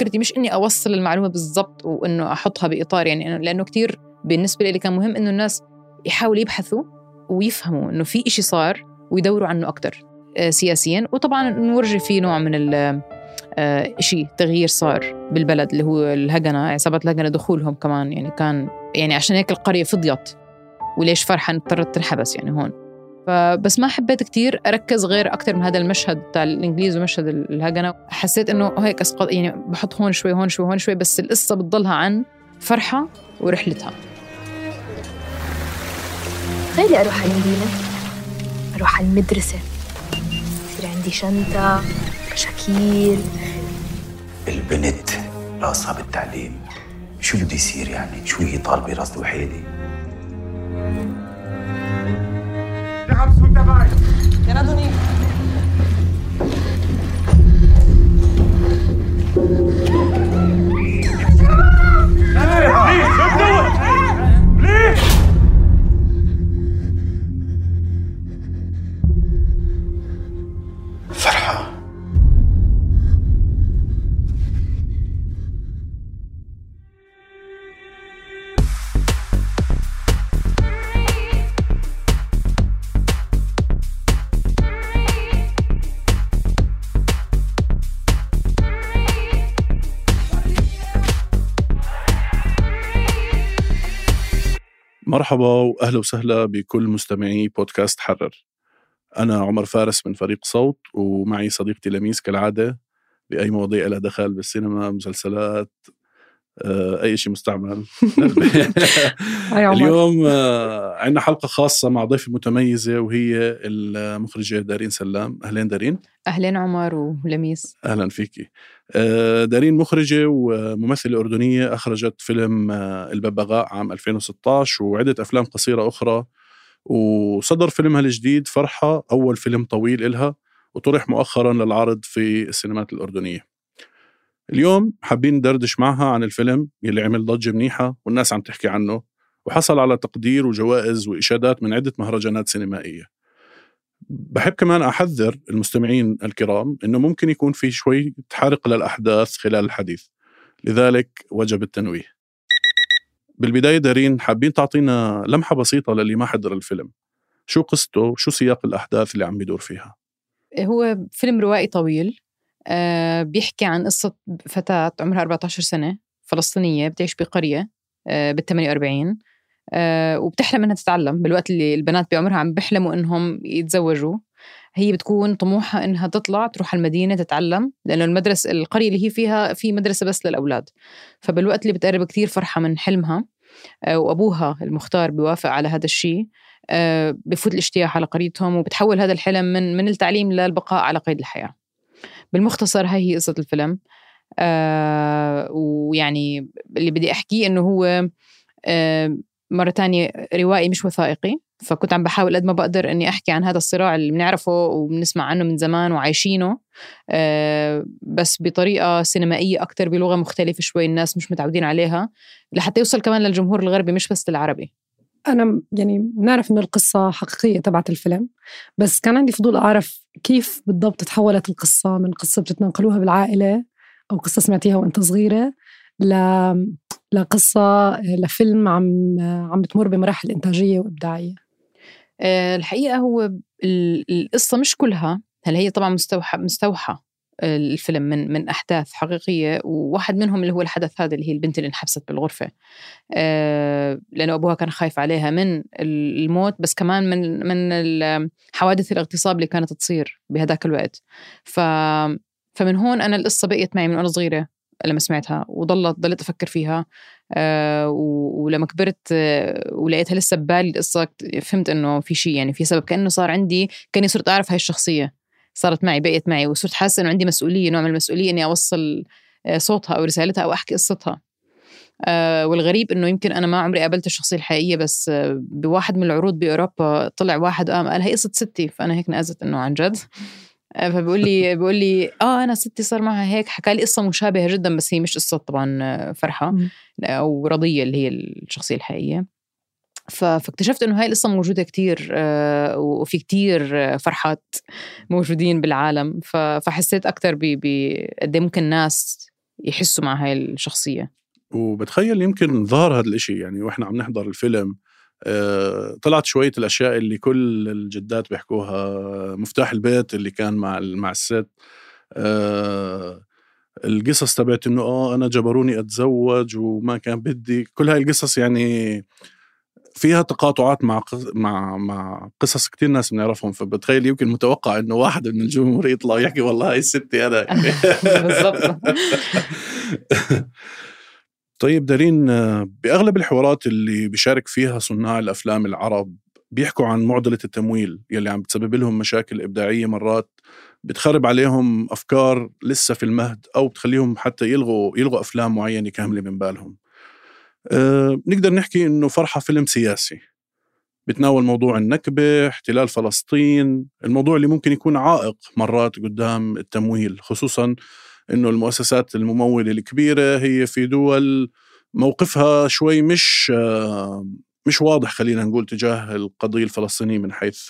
فكرتي مش إني أوصل المعلومة بالضبط وإنه أحطها بإطار، يعني لأنه كتير بالنسبة لي كان مهم إنه الناس يحاولوا يبحثوا ويفهموا إنه في إشي صار ويدوروا عنه أكتر سياسيا، وطبعا نورجي فيه نوع من إشي تغيير صار بالبلد اللي هو الهجنة، عصابات الهجنة دخولهم كمان، يعني كان يعني عشان هيك القرية فضيت، وليش فرحة اضطرت تنحبس يعني هون. فبس ما حبيت كتير أركز غير أكتر من هذا المشهد بتاع الإنجليز ومشهد الهجنة. حسيت إنه هيك أسقط، يعني بحط هون شوي هون شوي هون شوي، بس القصة بتضلها عن فرحة ورحلتها. غيري أروح على المدينة، أروح على المدرسة، يصير عندي شنطة، كشاكيل. البنت راسها بالتعليم، شو بده يصير يعني؟ شو هي طالبة راس وحيدة؟ فرحة مرحبا وأهلا وسهلا بكل مستمعي بودكاست حرر. أنا عمر فارس من فريق صوت، ومعي صديقتي لميس كالعادة بأي مواضيع لها دخل بالسينما، مسلسلات، أي شيء مستعمل. اليوم عندنا حلقة خاصة مع ضيفة متميزة، وهي المخرجة دارين سلام. أهلين دارين. أهلين عمر ولميس. أهلا فيكي. دارين مخرجة وممثلة أردنية، أخرجت فيلم الببغاء عام 2016 وعدة أفلام قصيرة أخرى، وصدر فيلمها الجديد فرحة أول فيلم طويل إلها، وطرح مؤخرا للعرض في السينمات الأردنية. اليوم حابين ندردش معها عن الفيلم يلي عمل ضجة منيحة والناس عم تحكي عنه، وحصل على تقدير وجوائز وإشادات من عدة مهرجانات سينمائية. بحب كمان أحذر المستمعين الكرام إنه ممكن يكون في شوي تحرق للأحداث خلال الحديث، لذلك وجب التنويه. بالبداية دارين، حابين تعطينا لمحة بسيطة للي ما حضر الفيلم، شو قصته وشو سياق الأحداث اللي عم بيدور فيها؟ هو فيلم روائي طويل، بيحكي عن قصة فتاة عمرها 14 سنة فلسطينية بتعيش بقرية بال48، وبتحلم إنها تتعلم بالوقت اللي البنات بعمرها عم بيحلموا إنهم يتزوجوا. هي بتكون طموحها إنها تطلع تروح المدينة تتعلم، لأنه المدرسة القرية اللي هي فيها في مدرسة بس للأولاد. فبالوقت اللي بتقرب كتير فرحة من حلمها، وأبوها المختار بيوافق على هذا الشيء، بفوت الاجتياح على قريتهم، وبتحول هذا الحلم من التعليم للبقاء على قيد الحياة. بالمختصر هاي هي قصة الفيلم. ويعني اللي بدي أحكيه إنه هو مرة تانية روائي مش وثائقي، فكنت عم بحاول قد ما بقدر أني أحكي عن هذا الصراع اللي بنعرفه وبنسمع عنه من زمان وعايشينه، بس بطريقة سينمائية أكتر، بلغة مختلفة شوي الناس مش متعودين عليها، لحتى يوصل كمان للجمهور الغربي مش بس للعربي. أنا يعني نعرف إنه القصة حقيقية تبعت الفيلم، بس كان عندي فضول أعرف كيف بالضبط تحولت القصة من قصة بتتناقلوها بالعائلة أو قصة سمعتيها وأنت صغيرة لقصة لفيلم عم بتمر بمراحل إنتاجية وإبداعية. الحقيقة هو القصة مش كلها، هل هي طبعا مستوحى الفيلم من أحداث حقيقية، وواحد منهم اللي هو الحدث هذا اللي هي البنت اللي انحبست بالغرفة، لأنه أبوها كان خايف عليها من الموت، بس كمان من حوادث الاغتصاب اللي كانت تصير بهذاك الوقت. فمن هون أنا القصة بقيت معي من وأنا صغيرة لما سمعتها، وضلت أفكر فيها، ولما كبرت ولقيتها لسه ببالي القصة، فهمت إنه في شيء، يعني في سبب، كأنه صار عندي، كأني صرت أعرف هاي الشخصية، صارت معي، بقيت معي، وصرت حاسة إنه عندي مسؤولية، نوع من المسؤولية إني أوصل صوتها أو رسالتها أو أحكي قصتها. والغريب إنه يمكن أنا ما عمري قابلت الشخصية الحقيقية، بس بواحد من العروض بأوروبا طلع واحد قال هي قصة ستي، فأنا هيك نأزت إنه عن جد. فبيقول لي أنا ستي صار معها هيك، حكى لي قصة مشابهة جدا، بس هي مش قصة طبعا فرحة أو رضية اللي هي الشخصية الحقيقية. فاكتشفت إنه هاي القصة موجودة كتير، وفي كتير فرحات موجودين بالعالم. فحسيت أكتر قد ممكن ناس يحسوا مع هاي الشخصية. وبتخيل يمكن ظهر هذا الاشي يعني وإحنا عم نحضر الفيلم، طلعت شوية الأشياء اللي كل الجدات بيحكوها، مفتاح البيت اللي كان مع الست، القصص تبعت إنه أنا جبروني أتزوج وما كان بدي، كل هاي القصص يعني فيها تقاطعات مع قصص كتير ناس بنعرفهم. فبتخيل يمكن متوقع إنه واحد من الجمهور يطلع يحكي والله هاي ستي أنا يعني. بالضبط. طيب دارين، بأغلب الحوارات اللي بيشارك فيها صناع الأفلام العرب بيحكوا عن معضلة التمويل يلي عم بتسبب لهم مشاكل إبداعية، مرات بتخرب عليهم أفكار لسه في المهد، أو بتخليهم حتى يلغوا أفلام معينة كاملة من بالهم. نقدر نحكي إنه فرحة فيلم سياسي بتناول موضوع النكبة، احتلال فلسطين، الموضوع اللي ممكن يكون عائق مرات قدام التمويل، خصوصاً إنه المؤسسات الممولة الكبيرة هي في دول موقفها شوي مش واضح، خلينا نقول، تجاه القضية الفلسطينية من حيث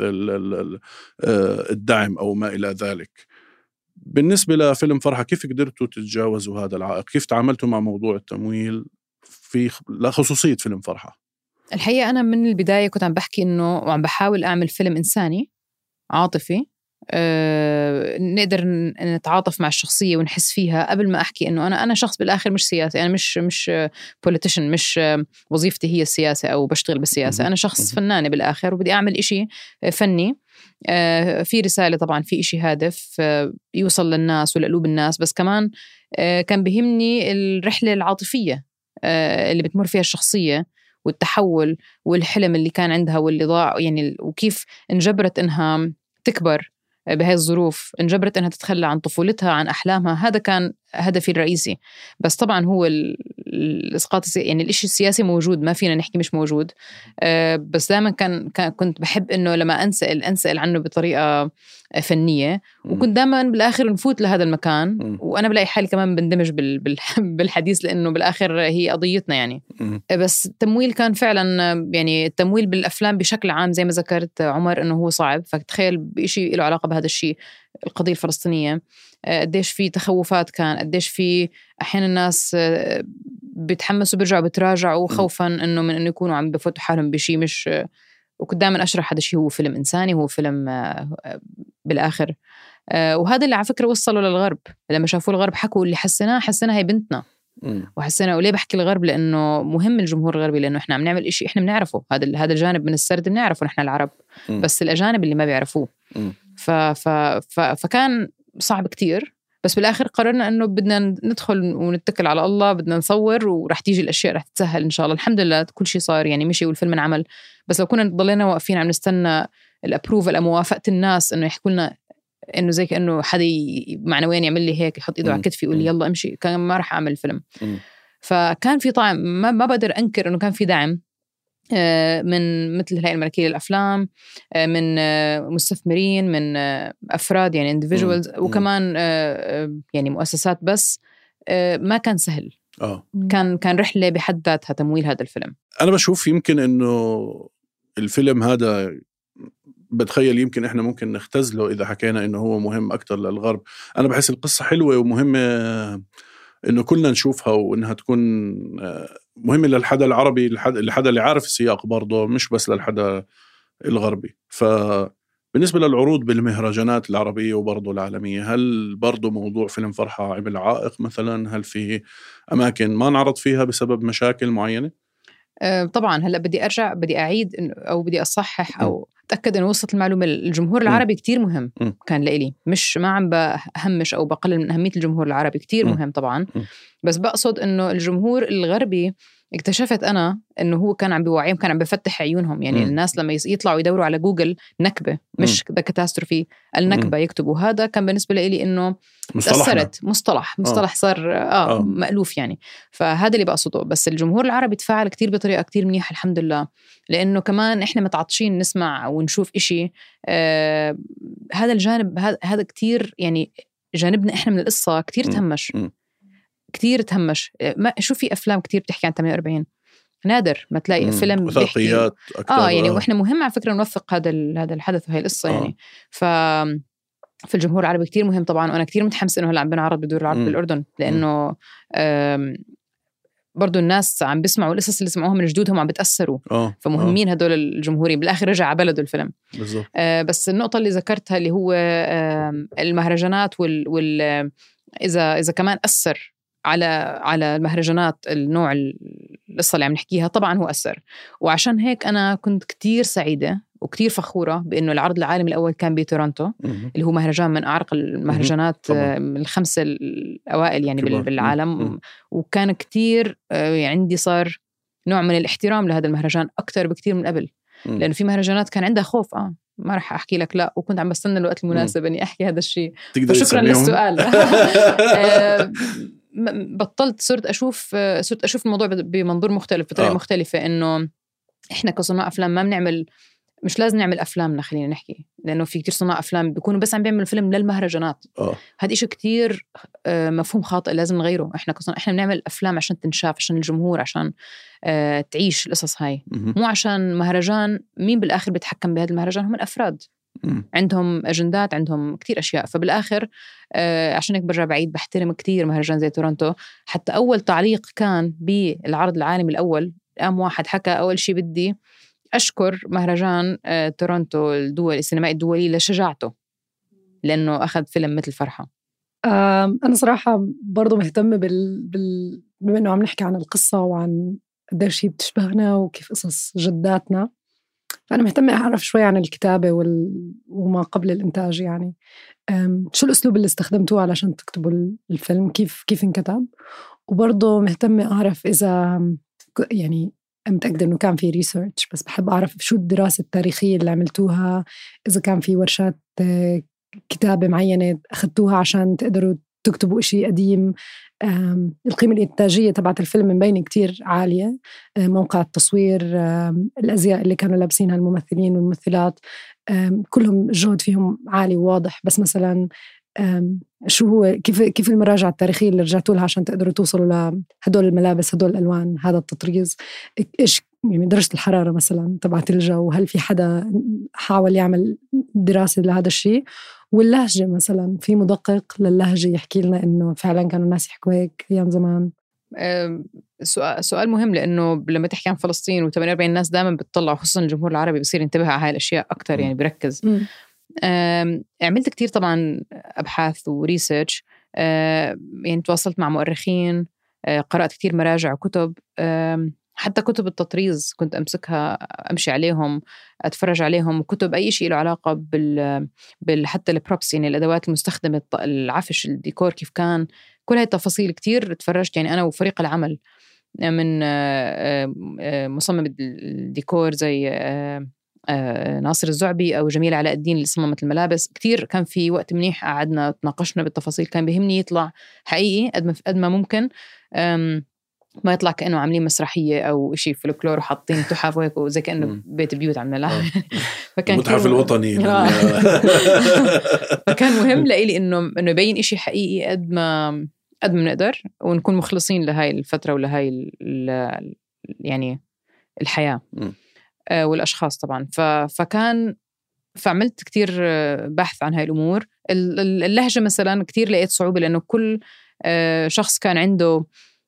الدعم أو ما إلى ذلك. بالنسبة لفيلم فرحة، كيف قدرتوا تتجاوزوا هذا العائق؟ كيف تعاملتوا مع موضوع التمويل لا خصوصية فيلم فرحة؟ الحقيقة أنا من البداية كنت عم بحكي إنه وعم بحاول أعمل فيلم إنساني عاطفي، نقدر نتعاطف مع الشخصية ونحس فيها قبل ما أحكي إنه أنا شخص بالآخر مش سياسي، أنا مش politician، مش وظيفتي هي السياسة أو بشتغل بالسياسة. أنا شخص فنان بالآخر وبدي أعمل إشي فني في رسالة، طبعا في إشي هادف يوصل للناس ولقلوب الناس، بس كمان كان بيهمني الرحلة العاطفية اللي بتمر فيها الشخصية والتحول والحلم اللي كان عندها واللي ضاع يعني، وكيف انجبرت إنها تكبر بهاي الظروف، انجبرت إنها تتخلى عن طفولتها عن أحلامها. هذا كان هدفي الرئيسي. بس طبعا هو الإسقاط يعني الإشي السياسي موجود، ما فينا نحكي مش موجود، بس دائما كنت بحب إنه لما أنسأل عنه بطريقة فنية، وكنت دائما بالآخر نفوت لهذا المكان، وأنا بلاقي حالي كمان بندمج بالحديث، لأنه بالآخر هي قضيتنا يعني. بس التمويل كان فعلا يعني التمويل بالأفلام بشكل عام زي ما ذكرت عمر إنه هو صعب. فتخيل بإشي له علاقة بهذا الشيء، القضية الفلسطينية، قديش في تخوفات، كان قديش في أحيانا الناس بيتحمسوا بيرجعوا بتراجعوا خوفا إنه يكونوا عم بفوتوا حالهم بشيء مش. وكنت دائما أشرح هذا الشيء هو فيلم إنساني، هو فيلم بالآخر. وهذا اللي على فكرة وصلوا للغرب، لما شافوا الغرب حكوا اللي حسنا هي بنتنا، وحسنا. وليه بحكي الغرب؟ لأنه مهم الجمهور الغربي، لأنه إحنا عم نعمل إشي إحنا بنعرفه، هذا الجانب من السرد بنعرفه نحن العرب، بس الأجانب اللي ما بيعرفوه. فكان صعب كتير، بس بالآخر قررنا أنه بدنا ندخل ونتكل على الله، بدنا نصور ورح تيجي الأشياء رح تتسهل إن شاء الله. الحمد لله كل شيء صار يعني مشي والفيلم انعمل. بس لو كنا ضلينا واقفين عم نستنى الأبروفل أو موافقة الناس إنه يحكوا لنا إنه زي كأنه حدا معنويا يعمل لي هيك، يحط إيده على كتفي يقول لي يلا امشي، كان ما رح أعمل فيلم. فكان في طعم، ما بقدر أنكر إنه كان في دعم من مثل الهيئة الملكية للأفلام، من مستثمرين، من أفراد يعني individuals، وكمان يعني مؤسسات. بس ما كان سهل. كان رحلة بحد ذاتها تمويل هذا الفيلم. أنا بشوف يمكن إنه الفيلم هذا بتخيل يمكن إحنا ممكن نختزله إذا حكينا إنه هو مهم أكتر للغرب. أنا بحس القصة حلوة ومهمة إنه كلنا نشوفها، وإنها تكون مهمة للحدا العربي، للحدا اللي عارف السياق برضه، مش بس للحدا الغربي. فبالنسبة للعروض بالمهرجانات العربية وبرضه العالمية، هل برضه موضوع فيلم فرحة عمل عائق مثلا؟ هل في أماكن ما نعرض فيها بسبب مشاكل معينة؟ طبعا هلأ بدي أرجع، بدي أعيد أو بدي أصحح أو أتأكد أنه وصلت المعلومة. الجمهور العربي كتير مهم كان لإلي، مش ما عم بهمش أو بقلل من أهمية الجمهور العربي، كتير مهم طبعا. بس بقصد أنه الجمهور الغربي اكتشفت أنا أنه هو كان عم بيوعيهم، كان عم بفتح عيونهم. يعني الناس لما يطلعوا يدوروا على جوجل نكبة، مش ذا كاتاستروفي، النكبة يكتبوا، هذا كان بالنسبة لي إنه تأثرت مصطلح صار مألوف يعني. فهذا اللي بقصده. بس الجمهور العربي تفاعل كتير بطريقة كتير منيحة الحمد لله، لأنه كمان إحنا متعطشين نسمع ونشوف إشي. هذا الجانب هذا كتير يعني جانبنا إحنا من القصة كتير تهمش، كتير تهمش. ما شو في أفلام كتير بتحكي عن 48، نادر ما تلاقي فيلم بيحكي يعني. وإحنا مهم على فكرة نوثق هذا الحدث وهي القصة يعني. في الجمهور العربي كتير مهم طبعا، وأنا كتير متحمس إنه هلا عم بنعرض بدور العرب بالأردن، لأنه برضو الناس عم بيسمعوا القصص اللي سمعوها من جدودهم عم بتأثروا، فمهمين هدول الجمهورين. بالآخر رجع على بلده الفيلم بالضبط. بس النقطة اللي ذكرتها اللي هو المهرجانات إذا كمان أثر على المهرجانات النوع القصة اللي عم نحكيها، طبعا هو أثر. وعشان هيك أنا كنت كتير سعيدة وكتير فخورة بأنه العرض العالمي الأول كان بتورونتو، اللي هو مهرجان من أعرق المهرجانات الخمسة الأوائل يعني بالعالم. وكان كتير عندي صار نوع من الاحترام لهذا المهرجان أكتر بكتير من قبل، لأنه في مهرجانات كان عندها خوف ما رح أحكي لك لا، وكنت عم بستنى الوقت المناسب أني أحكي هذا الشيء. شكرا للسؤال. بطلت صرت أشوف الموضوع بمنظور مختلف، بطريقة مختلفة، إنه إحنا كصناع أفلام ما بنعمل، مش لازم نعمل أفلامنا، خلينا نحكي، لأنه في كتير صناع أفلام بيكونوا بس عم بيعملوا فيلم للمهرجانات. هذا إشي كتير مفهوم خاطئ، لازم نغيره. إحنا بنعمل أفلام عشان تنشاف، عشان الجمهور، عشان تعيش القصص هاي، مو عشان مهرجان. مين بالآخر بيتحكم بهذا المهرجان؟ هم الأفراد، عندهم أجندات، عندهم كتير أشياء. فبالآخر عشان هيك برجع بعيد، بحترم كتير مهرجان زي تورونتو. حتى أول تعليق كان بالعرض العالمي الأول، قام واحد حكى أول شيء بدي أشكر مهرجان تورونتو السينمائي الدولي لشجاعته، لأنه أخذ فيلم مثل فرحة. أنا صراحة برضو مهتمة بما أنه عم نحكي عن القصة وعن قديش شيء بتشبهنا وكيف قصص جداتنا، فأنا مهتمة أعرف شوي عن الكتابة وما قبل الإنتاج. يعني شو الأسلوب اللي استخدمتوه علشان تكتبوا الفيلم؟ كيف انكتب؟ وبرضو مهتمة أعرف إذا يعني متأكدة إنه كان في ريسيرش، بس بحب أعرف شو الدراسة التاريخية اللي عملتوها، إذا كان في ورشات كتابة معينة أخذتوها عشان تقدروا تكتبوا إشي قديم. القيمة الإنتاجية تبعت الفيلم مبينة كتير عالية، موقع التصوير، الأزياء اللي كانوا لابسينها الممثلين والممثلات، كلهم الجهد فيهم عالي وواضح. بس مثلا شو هو كيف المراجعة التاريخية اللي رجعتوا لها عشان تقدروا توصلوا لهدول الملابس، هدول الألوان، هذا التطريز؟ إيش يعني درجة الحرارة مثلا تبعت الجو؟ هل في حدا حاول يعمل دراسة لهذا الشيء؟ واللهجة مثلا، في مدقق للهجة يحكي لنا إنه فعلا كانوا الناس يحكوا هيك أيام زمان؟ سؤال مهم، لأنه لما تحكي عن فلسطين و48 الناس دائما بتطلع، خصوصا الجمهور العربي بيصير ينتبه على هاي الأشياء أكتر، يعني بركز. عملت كتير طبعا أبحاث وريسيرش، يعني تواصلت مع مؤرخين، قرأت كتير مراجع وكتب، حتى كتب التطريز كنت أمسكها أمشي عليهم، أتفرج عليهم، وكتب أي شيء له علاقة حتى البروبس، يعني الأدوات المستخدمة، العفش، الديكور كيف كان، كل هاي التفاصيل كتير تفرجت. يعني أنا وفريق العمل من مصمم الديكور زي ناصر الزعبي أو جميل علاء الدين اللي صممت الملابس، كتير كان في وقت منيح قعدنا تناقشنا بالتفاصيل. كان بيهمني يطلع حقيقي قد ما ممكن، ما يطلع كأنه عاملين مسرحية أو إشي فلكلور وحاطين تحف وهيك وزي كأنه بيت بيوت عم نلعب. فكان المتحف الوطني. فكان مهم لإلي إنه يبين إشي حقيقي قد ما بنقدر، ونكون مخلصين لهاي الفترة ولهاي يعني الحياة والأشخاص طبعا. فعملت كتير بحث عن هاي الأمور. اللهجة مثلا كتير لقيت صعوبة، لأنه كل شخص كان عنده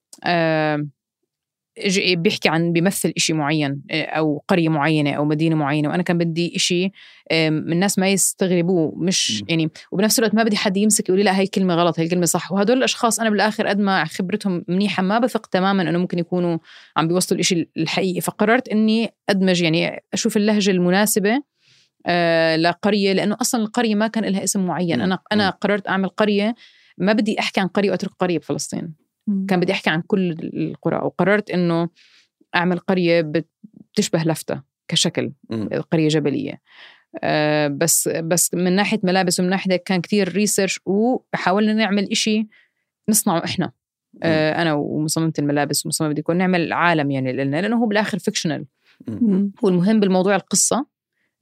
بيحكي بيمثل إشي معين أو قرية معينة أو مدينة معينة، وأنا كان بدي إشي من الناس ما يستغربوه، مش يعني، وبنفس الوقت ما بدي حد يمسك يقولي لا هاي كلمة غلط، هاي كلمة صح. وهدول الأشخاص أنا بالآخر قد ما خبرتهم منيحة ما بثق تماما أنه ممكن يكونوا عم بيوصلوا الإشي الحقيقي. فقررت أني أدمج، يعني أشوف اللهجة المناسبة لقرية، لأنه أصلا القرية ما كان لها اسم معين. أنا قررت أعمل قرية، ما بدي أحكي عن قرية وأترك قرية بفلسطين، كان بدي أحكي عن كل القرى. وقررت إنه أعمل قرية بتشبه لفتة كشكل، قرية جبلية. بس من ناحية ملابس ومن ناحية كان كتير ريسيرش، وحاولنا نعمل إشي نصنعه إحنا، أنا ومصممة الملابس ومصممة الديكور، نعمل عالم يعني لأنه هو بالآخر فيكشنال. والمهم بالموضوع القصة،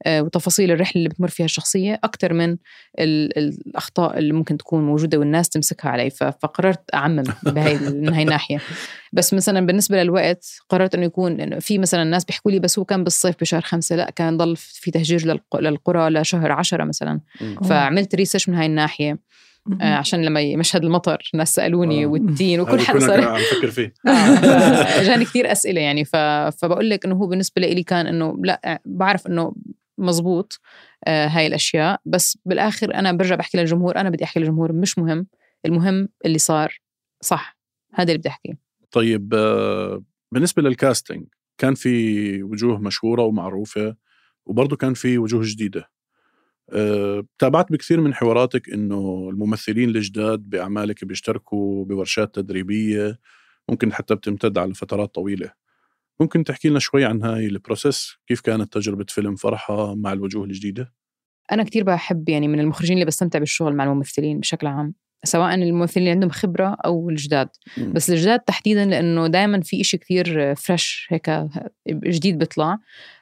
وتفاصيل الرحلة اللي بتمر فيها الشخصية أكتر من الأخطاء اللي ممكن تكون موجودة والناس تمسكها علي. فقررت أعمم من هاي الناحية. بس مثلا بالنسبة للوقت قررت أنه يكون إنه في مثلا الناس بيحكوا لي بس هو كان بالصيف بشهر 5، لا كان ضل في تهجير للقرى لشهر 10 مثلا. فعملت ريسيرش من هاي الناحية عشان لما مشهد المطر الناس سألوني والتين وكل حدا صار عم فكر فيه. جاني كتير أسئلة يعني. فبقول لك إنه هو بالنسبة لي كان إنه لا بعرف إنه مزبوط هاي الأشياء، بس بالآخر أنا برجع بحكي للجمهور، أنا بدي أحكي للجمهور مش مهم، المهم اللي صار صح، هذا اللي بدي أحكيه. طيب بالنسبة للكاستينج كان في وجوه مشهورة ومعروفة وبرضو كان في وجوه جديدة. تابعت بكثير من حواراتك إنه الممثلين الجداد بأعمالك بيشتركوا بورشات تدريبية ممكن حتى بتمتد على فترات طويلة. ممكن تحكي لنا شوي عن هاي البروسيس، كيف كانت تجربة فيلم فرحة مع الوجوه الجديدة؟ أنا كتير بحب يعني من المخرجين اللي بستمتع بالشغل مع الممثلين بشكل عام، سواء الممثلين اللي عندهم خبرة أو الجداد. بس الجداد تحديدا لأنه دائما في إشي كتير فريش هيك جديد بيطلع.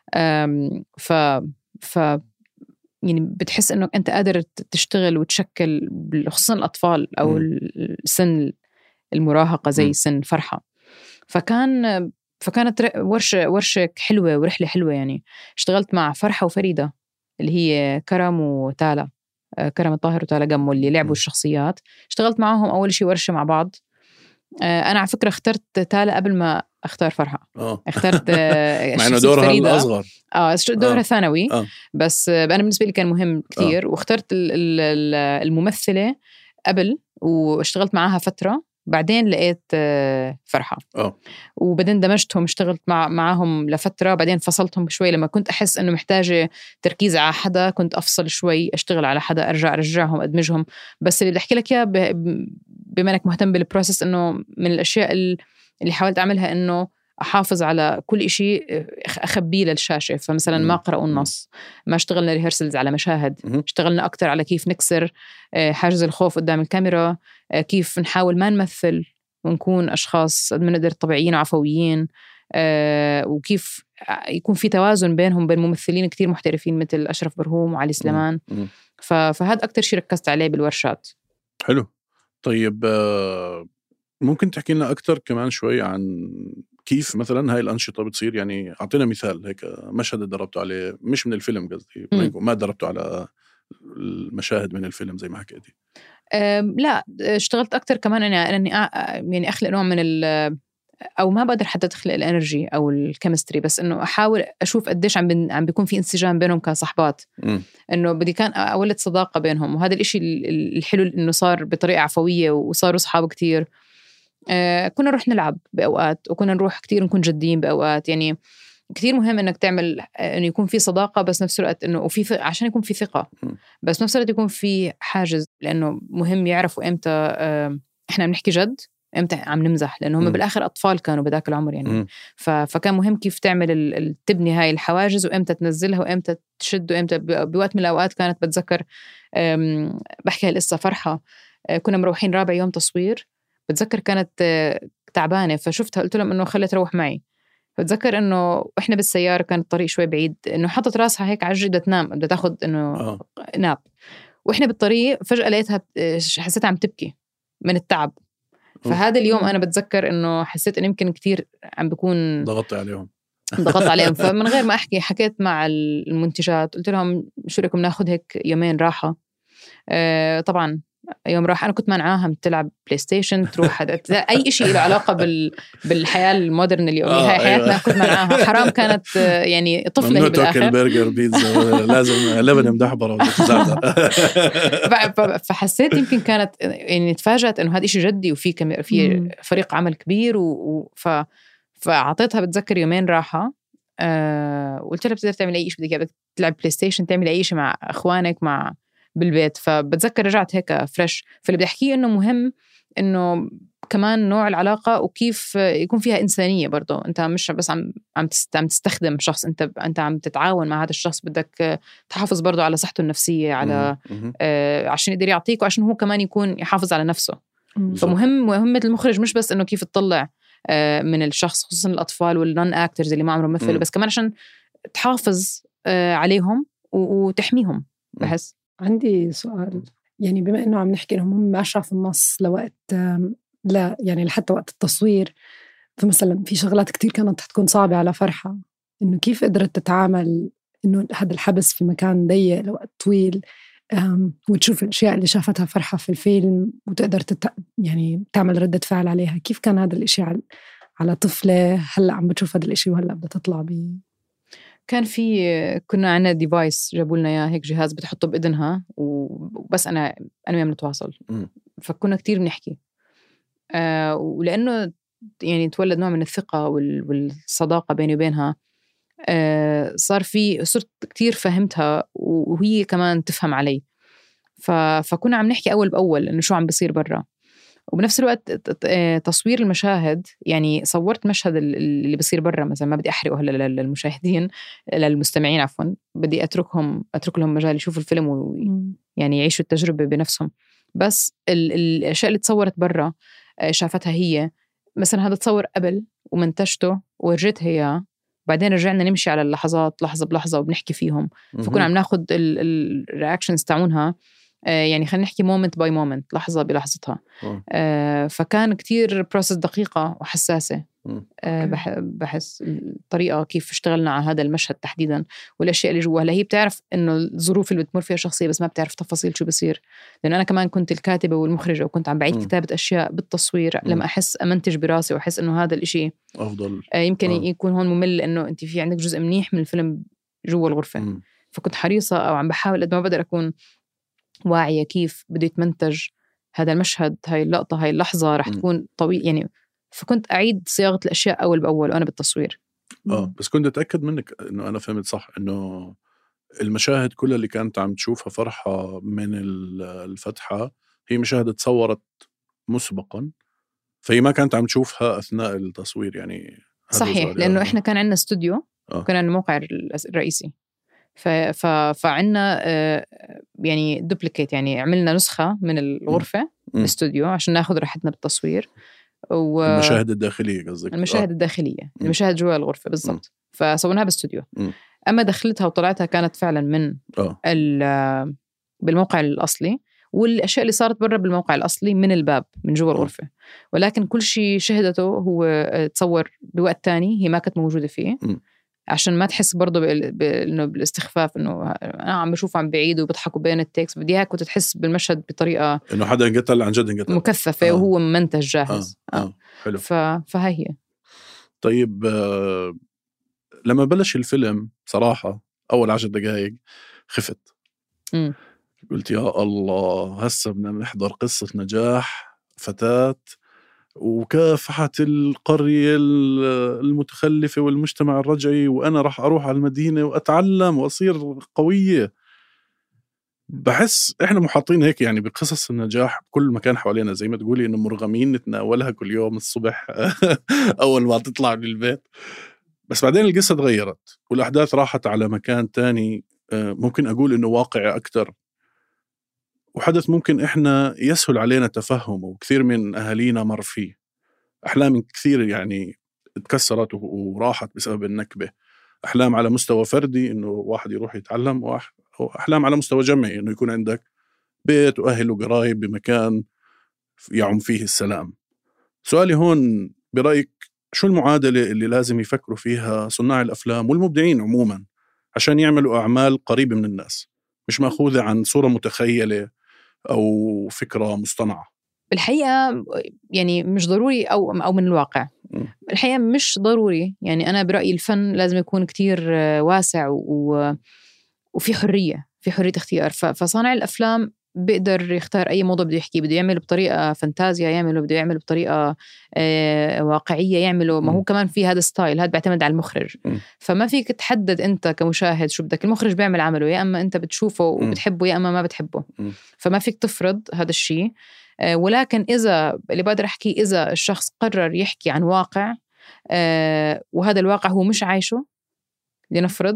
ف يعني بتحس إنه أنت قادر تشتغل وتشكل خصوصا الأطفال أو السن المراهقة زي سن فرحة. فكانت ورشة حلوة ورحلة حلوة يعني. اشتغلت مع فرحة وفريدة اللي هي كرم وتالا، كرم الطاهر وتالا قمو اللي لعبوا الشخصيات. اشتغلت معهم أول شيء ورشة مع بعض. أنا على فكرة اخترت تالا قبل ما اختار فرحة. اخترت مع انه دورها الأصغر دورها ثانوي. بس أنا بالنسبة لي كان مهم كتير. واخترت الممثلة قبل واشتغلت معاها فترة، بعدين لقيت فرحة. وبعدين دمجتهم، اشتغلت معاهم لفترة، بعدين فصلتهم شوي لما كنت أحس أنه محتاجة تركيز على حدا، كنت أفصل شوي أشتغل على حدا، أرجعهم أدمجهم. بس اللي بدي أحكي لك إياه بما أنك مهتم بالبروسيس، أنه من الأشياء اللي حاولت أعملها أنه أحافظ على كل إشي أخبيه للشاشة. فمثلا ما قرأوا النص، ما اشتغلنا ريهرسلز على مشاهد، اشتغلنا أكتر على كيف نكسر حاجز الخوف قدام الكاميرا، كيف نحاول ما نمثل ونكون أشخاص قد ما نقدر طبيعيين وعفويين، وكيف يكون في توازن بينهم بين ممثلين كتير محترفين مثل أشرف برهوم وعلي سليمان. فهذا أكتر شيء ركزت عليه بالورشات. حلو. طيب ممكن تحكي لنا أكتر كمان شوي عن كيف مثلا هاي الأنشطة بتصير؟ يعني أعطينا مثال هيك مشهد دربتوا عليه، مش من الفيلم قصدي، ما دربتوا على المشاهد من الفيلم زي ما حكيتي. لا اشتغلت أكتر كمان أني يعني أخلق نوع من أو ما بقدر حتى تخلق الانرجي أو الكيمستري، بس إنه أحاول أشوف قديش عم بيكون في انسجام بينهم كصحبات، إنه بدي كان أولد صداقة بينهم. وهذا الإشي الحلو إنه صار بطريقة عفوية وصاروا صحاب كتير. كنا نروح نلعب بأوقات، وكنا نروح كتير نكون جديين بأوقات. يعني كتير مهم إنك تعمل إنه يكون في صداقة، بس نفس الوقت إنه عشان يكون في ثقة، بس نفس الوقت يكون في حاجز، لأنه مهم يعرفوا إمتى إحنا بنحكي جد، إمتى عم نمزح، لأنه هم بالآخر أطفال كانوا بذاك العمر يعني. فكان مهم كيف تعمل تبني هاي الحواجز، وإمتى تنزلها وإمتى تشد، وإمتى بوقت من الأوقات كانت بتذكر بحكي هالقصة فرحة. كنا مروحين رابع يوم تصوير، بتذكر كانت تعبانة، فشفتها قلت لهم إنه خلي تروح معي. بتذكر إنه إحنا بالسيارة كان الطريق شوي بعيد، إنه حطت راسها هيك على الجدة تنام، بدها تاخد إنه ناب. وإحنا بالطريق فجأة لقيتها حسيتها عم تبكي من التعب. فهذا اليوم أنا بتذكر إنه حسيت إن يمكن كتير عم بكون ضغطت عليهم. فمن غير ما أحكي حكيت مع المنتجات، قلت لهم شو رأيكم ناخد هيك يومين راحة. طبعا يوم راح أنا كنت منعاهم تلعب بلاي ستيشن، تروح أي إشي له علاقة بالحياة المودرن اليومية. هاي حياتنا كنت منعاها، حرام كانت يعني طفلة هي بالآخر. ممنوع تاكل برجر بيتزا، لازم لبن مدحبرة فحسيت يمكن كانت يعني تفاجأت إنه هذا إشي جدي وفي فريق عمل كبير فعطيتها بتذكر يومين راحة. وقلت لها بتقدر تعمل أي إشي بدك تلعب بلاي ستيشن، تعمل أي إشي مع أخوانك بالبيت. فبتذكر رجعت هيك فريش. فاللي بدي أحكيه إنه مهم إنه كمان نوع العلاقة وكيف يكون فيها إنسانية برضو. أنت مش بس عم تستخدم شخص، أنت عم تتعاون مع هذا الشخص، بدك تحافظ برضو على صحته النفسية، على عشان يقدر يعطيك، وعشان هو كمان يكون يحافظ على نفسه. مهمة المخرج مش بس إنه كيف تطلع من الشخص، خصوصا الأطفال والنون أكترز اللي ما عمرهم مثلوا، بس كمان عشان تحافظ عليهم وتحميهم. بحس عندي سؤال، يعني بما إنه عم نحكي إنهم هم ما شافوا النص لوقت لا يعني لحتى وقت التصوير، فمثلا في شغلات كتير كانت تكون صعبة على فرحة، إنه كيف قدرت تتعامل إنه هذا الحبس في مكان ضيق لوقت طويل، وتشوف الأشياء اللي شافتها فرحة في الفيلم وتقدر يعني تعمل ردة فعل عليها. كيف كان هذا الإشي على طفلة هلأ عم بتشوف هذا الإشي وهلأ بدها تطلع كان في كنا عنا ديفايس جابوا لنا إياه، هيك جهاز بتحطه بإذنها وبس أنا وياه بنتواصل. فكنا كتير بنحكي ولأنه يعني تولد نوع من الثقة والصداقة بيني وبينها. صرت كتير فهمتها وهي كمان تفهم علي. فكنا عم نحكي أول بأول إنه شو عم بيصير برا. وبنفس الوقت تصوير المشاهد، يعني صورت مشهد اللي بيصير برا مثلا، ما بدي أحرقه للمشاهدين للمستمعين عفوا، بدي أترك لهم مجال يشوفوا الفيلم ويعني يعيشوا التجربة بنفسهم. بس الأشياء اللي تصورت برا شافتها هي، مثلا هذا تصور قبل ومنتجته ورجيتها إياه، بعدين رجعنا نمشي على اللحظات لحظة بلحظة وبنحكي فيهم. فكنا عم ناخد الرياكشنز تاعونها، يعني خلينا نحكي مومنت باي مومنت، لحظة بلحظتها. فكان كتير بروسس دقيقة وحساسة. بحس الطريقة كيف اشتغلنا على هذا المشهد تحديدا والأشياء اللي جوا. هي بتعرف إنه الظروف اللي بتمر فيها شخصية، بس ما بتعرف تفاصيل شو بصير، لأن أنا كمان كنت الكاتبة والمخرجة وكنت عم بعيد كتابة أشياء بالتصوير. لما أحس أمنتج براسي وأحس إنه هذا الإشي أفضل، يمكن يكون هون ممل، لأنه أنت في عندك جزء منيح من الفيلم جوا الغرفة. فكنت حريصة أو عم بحاول قد ما بقدر أكون واعية كيف بده يتمنتج هذا المشهد، هاي اللقطة، هاي اللحظة رح تكون طويل يعني. فكنت أعيد صياغة الأشياء أول بأول وأنا بالتصوير. بس كنت أتأكد منك إنه أنا فهمت صح، إنه المشاهد كلها اللي كانت عم تشوفها فرحة من الفتحة هي مشاهد تصورت مسبقا، فهي ما كانت عم تشوفها أثناء التصوير يعني. صحيح، لأنه إحنا كان عندنا استوديو، كان عندنا الموقع الرئيسي، فعنا يعني دوبليكيت، يعني عملنا نسخة من الغرفة بالاستوديو عشان ناخد راحتنا بالتصوير. المشاهد الداخلية قصدك؟ المشاهد الداخلية، المشاهد جوا الغرفة بالضبط. فصورناها بالاستوديو. أما دخلتها وطلعتها كانت فعلا من بالموقع الأصلي، والأشياء اللي صارت برا بالموقع الأصلي من الباب من جوا الغرفة. ولكن كل شيء شهدته هو تصور بوقت تاني هي ما كانت موجودة فيه، عشان ما تحس برضه إنه بالاستخفاف، إنه أنا عم بشوف عم بعيد وبضحكوا بين التكست. بدي هيك كنت تحس بالمشهد بطريقة إنه حدا انقتل عن جد، انقتل مكثفة وهو منتج جاهز. حلو. فهي هي. طيب لما بلش الفيلم صراحة أول 10 دقائق خفت. قلت يا الله، هسه بدنا نحضر قصة نجاح فتاة وكافحت القرية المتخلفة والمجتمع الرجعي، وأنا راح أروح على المدينة وأتعلم وأصير قوية. بحس إحنا محاطين هيك يعني بقصص النجاح بكل مكان حوالينا، زي ما تقولي إنه مرغمين نتناولها كل يوم الصبح أول ما تطلع من البيت. بس بعدين القصة تغيرت والأحداث راحت على مكان تاني، ممكن أقول إنه واقعي أكتر، وحدث ممكن إحنا يسهل علينا تفهمه، وكثير من أهالينا مر فيه. أحلام كثير يعني اتكسرت وراحت بسبب النكبة. أحلام على مستوى فردي إنه واحد يروح يتعلم، وأحلام على مستوى جمعي إنه يكون عندك بيت وأهل وقرايب بمكان يعم فيه السلام. سؤالي هون، برأيك شو المعادلة اللي لازم يفكروا فيها صناع الأفلام والمبدعين عموما عشان يعملوا أعمال قريبة من الناس، مش مأخوذة عن صورة متخيلة أو فكرة مصطنعة؟ الحقيقة يعني مش ضروري أو من الواقع. الحقيقة مش ضروري. يعني أنا برأيي الفن لازم يكون كتير واسع وفي حرية اختيار. فصانع الأفلام بيقدر يختار أي موضوع بده يحكي، بده يعمل بطريقة فانتازيا يعمله، بده يعمل بطريقة واقعية يعمله. ما هو كمان في هذا ستايل، هذا بيعتمد على المخرج. فما فيك تحدد أنت كمشاهد شو بدك. المخرج بيعمل عمله، يا أما أنت بتشوفه وبتحبه يا أما ما بتحبه. فما فيك تفرض هذا الشيء. ولكن إذا اللي بقدر أحكي، إذا الشخص قرر يحكي عن واقع وهذا الواقع هو مش عايشه، لنفرض،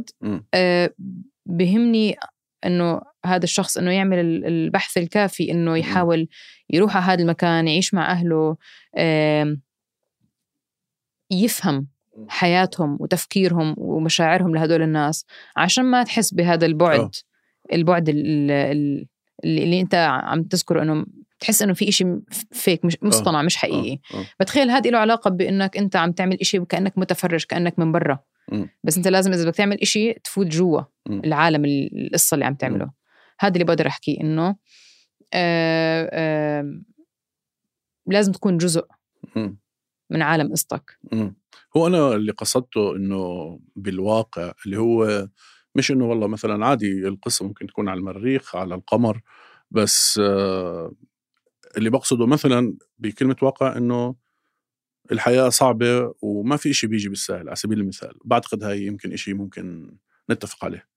بهمني أنه هذا الشخص أنه يعمل البحث الكافي، أنه يحاول يروح على هذا المكان، يعيش مع أهله، يفهم حياتهم وتفكيرهم ومشاعرهم لهدول الناس، عشان ما تحس بهذا البعد اللي انت عم تذكره، انه تحس انه في إشي فيك، مش مصطنع، مش حقيقي. بتخيل هذا له علاقة بانك انت عم تعمل إشي كأنك متفرج، كأنك من برا، بس انت لازم اذا بدك تعمل إشي تفوت جوا العالم، القصة اللي عم تعمله. هذا اللي بقدر احكي، انه لازم تكون جزء من عالم قصتك. هو أنا اللي قصدته إنه بالواقع اللي هو مش إنه والله مثلا عادي القصة ممكن تكون على المريخ، على القمر، بس اللي بقصده مثلا بكلمة واقع إنه الحياة صعبة وما في إشي بيجي بالسهل. على سبيل المثال بعتقد هاي يمكن إشي ممكن نتفق عليه.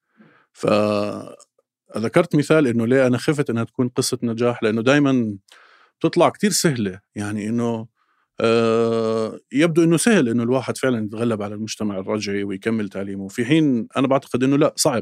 فذكرت مثال إنه ليه أنا خفت إنها تكون قصة نجاح، لأنه دايما تطلع كتير سهلة، يعني إنه يبدو إنه سهل إنه الواحد فعلا يتغلب على المجتمع الرجعي ويكمل تعليمه، في حين أنا بعتقد إنه لا، صعب.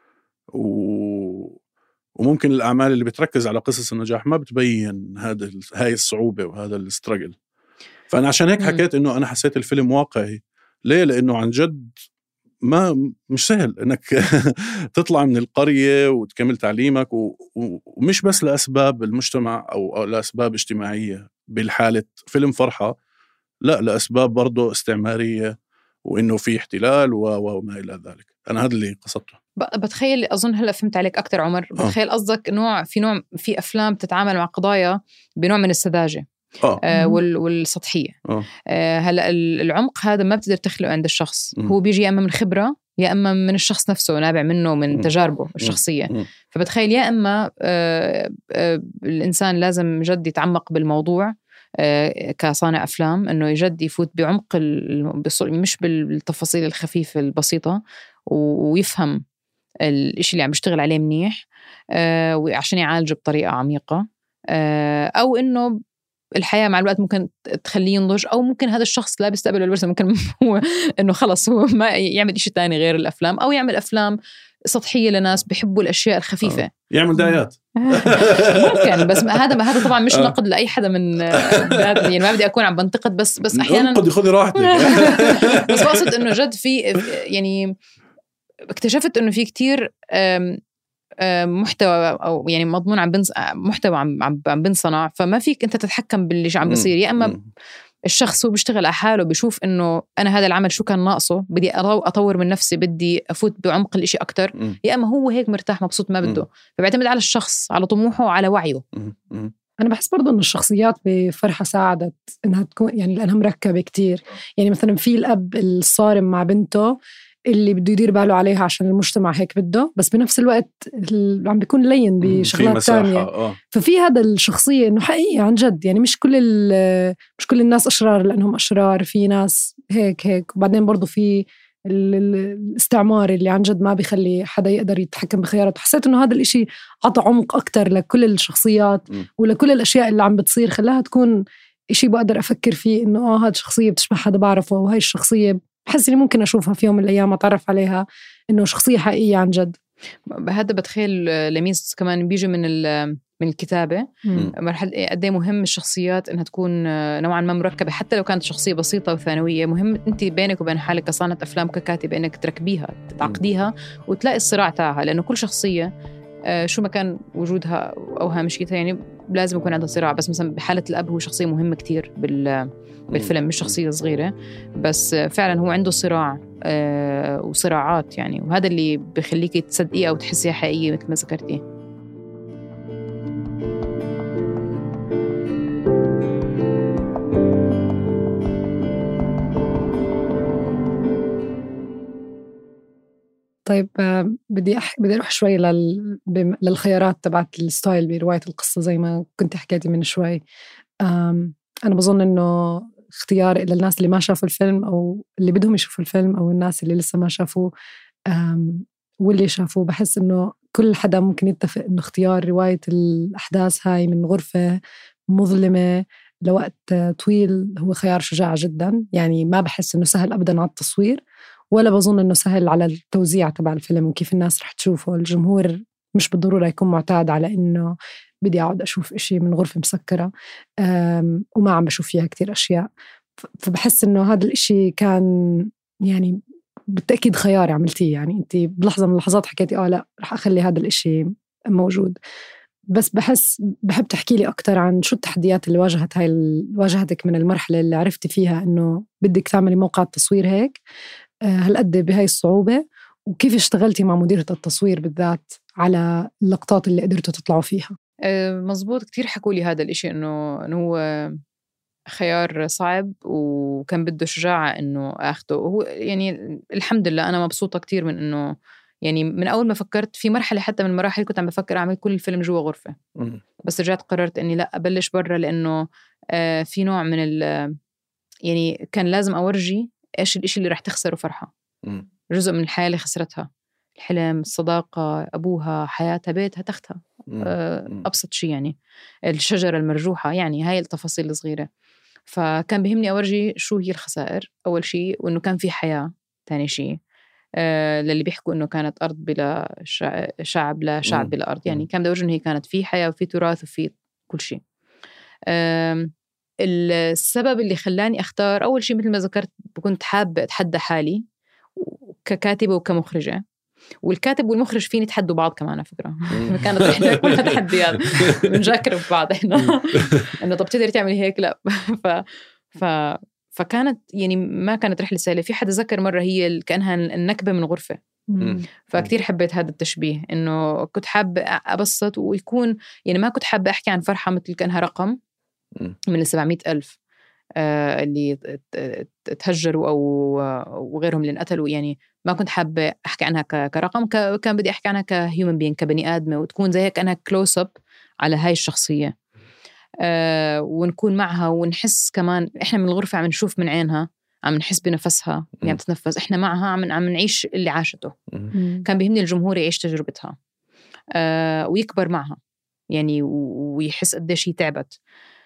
وممكن الأعمال اللي بتركز على قصص النجاح ما بتبين هاي الصعوبة وهذا الاستراجل. فأنا عشان هيك حكيت إنه أنا حسيت الفيلم واقعي. ليه؟ لأنه عن جد مش سهل إنك تطلع من القرية وتكمل تعليمك، ومش بس لأسباب المجتمع أو لأسباب اجتماعية بالحالة فيلم فرحة، لا، لأسباب برضو استعمارية وإنه في احتلال وما إلى ذلك. أنا هذا اللي قصدته. بتخيل، أظن هلأ فهمت عليك أكتر عمر. بتخيل قصدك نوع في أفلام تتعامل مع قضايا بنوع من السذاجة والسطحية. هلأ العمق هذا ما بتقدر تخلقه عند الشخص. هو بيجي يا أما من خبرة، يا أما من الشخص نفسه نابع منه من تجاربه الشخصية. فبتخيل يا أما الإنسان لازم جد يتعمق بالموضوع كصانع أفلام، إنه يجد يفوت بعمق مش بالتفاصيل الخفيفة البسيطة، ويفهم الإشي اللي عم بيشتغل عليه منيح وعشان يعالجه بطريقة عميقة. أو إنه الحياة مع الوقت ممكن تخليه ينضج، أو ممكن هذا الشخص لا بيستقبل الورثة، ممكن هو إنه خلص هو ما يعمل إشي تاني غير الأفلام، أو يعمل أفلام سطحية لناس بيحبوا الأشياء الخفيفة. يعمل دعايات ممكن، بس هذا طبعا مش نقد لأي حدا من يعني ما بدي أكون عم بنتقد، بس أحيانا قد ياخذ راحتك. بس بقصد إنه جد في يعني اكتشفت إنه في كتير محتوى أو يعني مضمون محتوى عم بنصنع، فما فيك أنت تتحكم باللي عم بصير. يا أما الشخص هو بيشتغل على حاله، بيشوف إنه أنا هذا العمل شو كان ناقصه، بدي أطور من نفسي، بدي أفوت بعمق الإشي أكتر. يا أما هو هيك مرتاح مبسوط ما بده. فبيعتمد على الشخص، على طموحه وعلى وعيه. أنا بحس برضو إنه الشخصيات بفرحة ساعدت إنها تكون يعني لأنها مركبة كتير. يعني مثلا في الأب الصارم مع بنته اللي بده يدير باله عليها عشان المجتمع هيك بده، بس بنفس الوقت عم بيكون لين بشغلات تانية. ففي هذا الشخصية إنه حقيقي عن جد، يعني مش كل الناس أشرار لأنهم أشرار، في ناس هيك. وبعدين برضو في الاستعمار اللي عن جد ما بيخلي حدا يقدر يتحكم بخياراته. حسيت إنه هذا الإشي عطى عمق أكتر لكل الشخصيات ولكل الأشياء اللي عم بتصير، خلاها تكون إشي بقدر أفكر فيه إنه هذا شخصية بتشبه حدا بعرفه، وهاي الشخصية بحس إني ممكن أشوفها في يوم من الأيام، أتعرف عليها إنه شخصية حقيقية عن جد. هذا بتخيل لميس كمان بيجي من الكتابة. مرحلة قد ايه مهم الشخصيات إنها تكون نوعا ما مركبة، حتى لو كانت شخصية بسيطة وثانوية. مهم أنت بينك وبين حالك كصانعة أفلام ككاتبة إنك تركبيها، تعقديها، وتلاقي الصراع تاعها. لأنه كل شخصية شو ما كان وجودها أو هامشيتها يعني لازم يكون عندها صراع. بس مثلا بحالة الأب هو شخصية مهمة كتير بالفيلم، مش شخصية صغيرة، بس فعلا هو عنده صراع وصراعات يعني. وهذا اللي بيخليكي تصدقيه أو تحسيها حقيقية مثل ما ذكرتي. طيب بدي أروح شوي للخيارات تبعت الستايل برواية القصة زي ما كنت حكيتي من شوي. أنا بظن إنه اختيار إلى الناس اللي ما شافوا الفيلم أو اللي بدهم يشوفوا الفيلم أو الناس اللي لسه ما شافوه واللي شافوه، بحس إنه كل حدا ممكن يتفق إنه اختيار رواية الأحداث هاي من غرفة مظلمة لوقت طويل هو خيار شجاع جدا. يعني ما بحس إنه سهل أبدا على التصوير، ولا بظن إنه سهل على التوزيع تبع الفيلم وكيف الناس رح تشوفه. الجمهور مش بالضرورة يكون معتاد على إنه بدي أقعد أشوف إشي من غرفة مسكرة وما عم بشوف فيها كتير أشياء. فبحس إنه هذا الإشي كان يعني بالتأكيد خيار عملتيه. يعني أنت بلحظة من اللحظات حكيتي لا رح أخلي هذا الإشي موجود. بس بحب تحكي لي أكتر عن شو التحديات اللي واجهتك من المرحلة اللي عرفتي فيها إنه بدك تعملي موقع تصوير هيك هالقد بهاي الصعوبة، وكيف اشتغلتي مع مديرة التصوير بالذات على اللقطات اللي قدرتوا تطلعوا فيها؟ مزبوط، كتير حكوا لي هذا الإشي إنه هو خيار صعب وكان بده شجاعة إنه أخده. وهو يعني الحمد لله أنا مبسوطة كتير من إنه يعني من أول ما فكرت في مرحلة حتى من المراحل كنت عم بفكر أعمل كل الفيلم جوا غرفة، بس رجعت قررت إني لا أبلش برا، لأنه في نوع من يعني كان لازم أورجي إيش الإشي اللي رح تخسره فرحة. جزء من الحياة اللي خسرتها، الحلم، الصداقة، أبوها، حياتها، بيتها، تختها، أبسط شيء يعني الشجرة المرجوحة، يعني هاي التفاصيل الصغيرة. فكان بيهمني أورجي شو هي الخسائر أول شيء، وإنه كان في حياة تاني شيء. للي بيحكوا إنه كانت أرض بلا شعب، لا شعب بلا أرض، يعني كان بدي أورجي إنه هي كانت في حياة وفي تراث وفي كل شيء. السبب اللي خلاني أختار أول شيء مثل ما ذكرت كنت حابة أتحدى حالي ككاتبة وكمخرجة، والكاتب والمخرج فين يتحدوا بعض كمان على فكرة. كانت إحنا كلها تحديات بنجاكر ببعض إحنا إنه طب تقدر تعمل هيك لا. فكانت يعني ما كانت رحلة سهلة. في حد ذكر مرة هي كأنها النكبة من غرفة، فكتير حبيت هذا التشبيه، إنه كنت حابة أبسط ويكون يعني ما كنت حابة أحكي عن فرحة مثل كأنها رقم من 700,000 اللي تهجروا أو غيرهم اللي انقتلوا. يعني ما كنت حابة أحكي عنها كرقم، كان بدي أحكي عنها كهيومن بين، كبني آدمة، وتكون زي هيك أنها كلوز أب على هاي الشخصية، ونكون معها ونحس كمان إحنا من الغرفة عم نشوف من عينها، عم نحس بنفسها يعني تتنفس، إحنا معها عم نعيش اللي عاشته. كان بيهمني الجمهور يعيش تجربتها ويكبر معها يعني ويحس قديش هي تعبت.